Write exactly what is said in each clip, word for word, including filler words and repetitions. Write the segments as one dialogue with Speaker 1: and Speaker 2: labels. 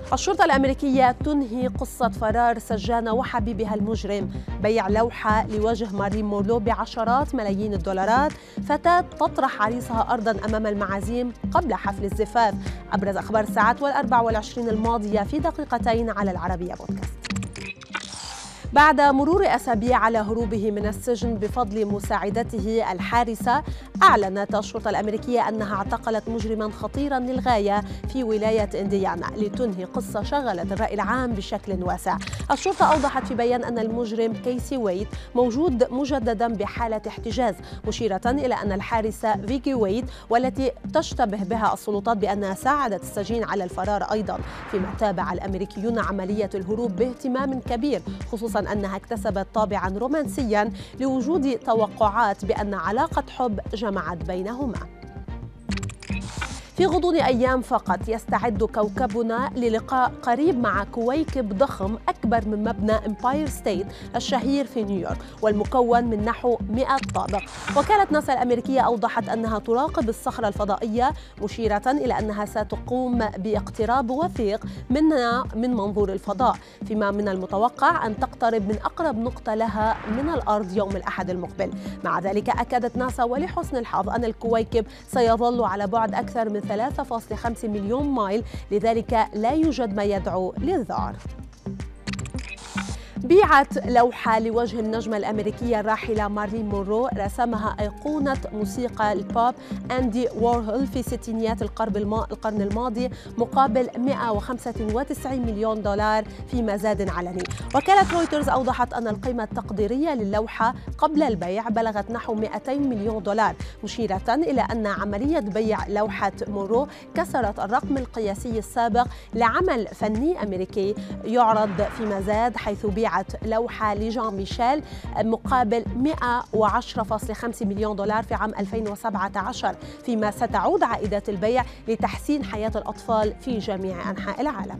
Speaker 1: الشرطة الأمريكية تنهي قصة فرار سجانة وحبيبها المجرم، بيع لوحة لوجه مارلين مونرو بعشرات ملايين الدولارات، فتاة تطرح عريسها أرضاً أمام المعازيم قبل حفل الزفاف. أبرز أخبار الساعات والأربع والعشرين الماضية في دقيقتين على العربية بودكاست. بعد مرور أسابيع على هروبه من السجن بفضل مساعدته الحارسة، أعلنت الشرطة الأمريكية أنها اعتقلت مجرما خطيرا للغاية في ولاية إنديانا لتنهي قصة شغلت الرأي العام بشكل واسع. الشرطة أوضحت في بيان أن المجرم كيسي ويت موجود مجددا بحالة احتجاز، مشيرة إلى أن الحارسة فيكي ويت والتي تشتبه بها السلطات بأنها ساعدت السجين على الفرار أيضا، فيما تابع الأمريكيون عملية الهروب باهتمام كبير، خصوصا أنها اكتسبت طابعا رومانسيا لوجود توقعات بأن علاقة حب جمعت بينهما. في غضون أيام فقط يستعد كوكبنا للقاء قريب مع كويكب ضخم أكبر من مبنى إمباير ستيت الشهير في نيويورك والمكون من نحو مئة طابق. وكالة ناسا الأمريكية أوضحت أنها تراقب الصخرة الفضائية، مشيرة إلى أنها ستقوم باقتراب وثيق منها من منظور الفضاء، فيما من المتوقع أن تقترب من أقرب نقطة لها من الأرض يوم الأحد المقبل. مع ذلك أكدت ناسا ولحسن الحظ أن الكويكب سيظل على بعد أكثر من ثلاثة فاصلة خمسة مليون مايل، لذلك لا يوجد ما يدعو للذعر. بيعت لوحة لوجه النجمة الأمريكية الراحلة مارلين مونرو رسمها أيقونة موسيقى البوب أندي وورهول في ستينيات القرن الماضي مقابل مئة وخمسة وتسعين مليون دولار في مزاد علني. وكالة رويترز أوضحت أن القيمة التقديرية للوحة قبل البيع بلغت نحو مئتين مليون دولار، مشيرة إلى أن عملية بيع لوحة مونرو كسرت الرقم القياسي السابق لعمل فني أمريكي يعرض في مزاد، حيث بيع لوحة لجان ميشيل مقابل مئة وعشرة فاصلة خمسة مليون دولار في عام ألفين وسبعة عشر، فيما ستعود عائدات البيع لتحسين حياة الأطفال في جميع أنحاء العالم.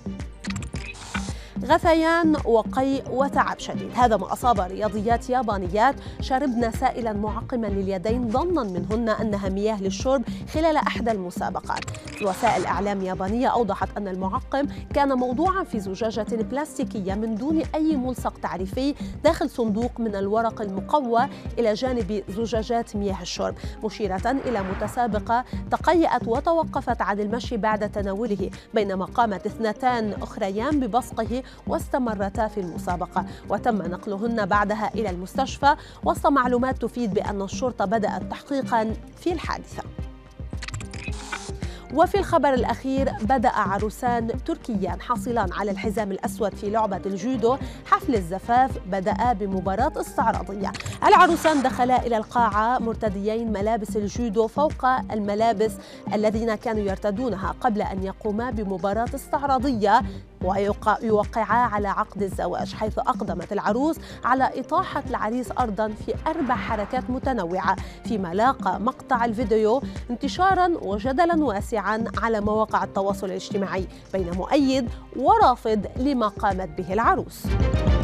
Speaker 1: غثيان وقيء وتعب شديد، هذا ما أصاب رياضيات يابانيات شربن سائلا معقما لليدين ظنا منهن أنها مياه للشرب خلال إحدى المسابقات. وسائل إعلام يابانية أوضحت أن المعقم كان موضوعا في زجاجة بلاستيكية من دون أي ملصق تعريفي داخل صندوق من الورق المقوى إلى جانب زجاجات مياه الشرب، مشيرة إلى متسابقة تقيأت وتوقفت عن المشي بعد تناوله، بينما قامت اثنتان أخريان ببصقه واستمرتا في المسابقة، وتم نقلهن بعدها إلى المستشفى وسط معلومات تفيد بأن الشرطة بدأت تحقيقا في الحادثة. وفي الخبر الأخير، بدأ عروسان تركيان حاصلان على الحزام الأسود في لعبة الجودو حفل الزفاف بدأ بمباراة استعراضية. العروسان دخلا إلى القاعة مرتديين ملابس الجودو فوق الملابس الذين كانوا يرتدونها قبل أن يقوما بمباراة استعراضية ويوقعا على عقد الزواج، حيث أقدمت العروس على إطاحة العريس أرضا في أربع حركات متنوعة، فيما لاقى مقطع الفيديو انتشارا وجدلا واسعا على مواقع التواصل الاجتماعي بين مؤيد ورافض لما قامت به العروس.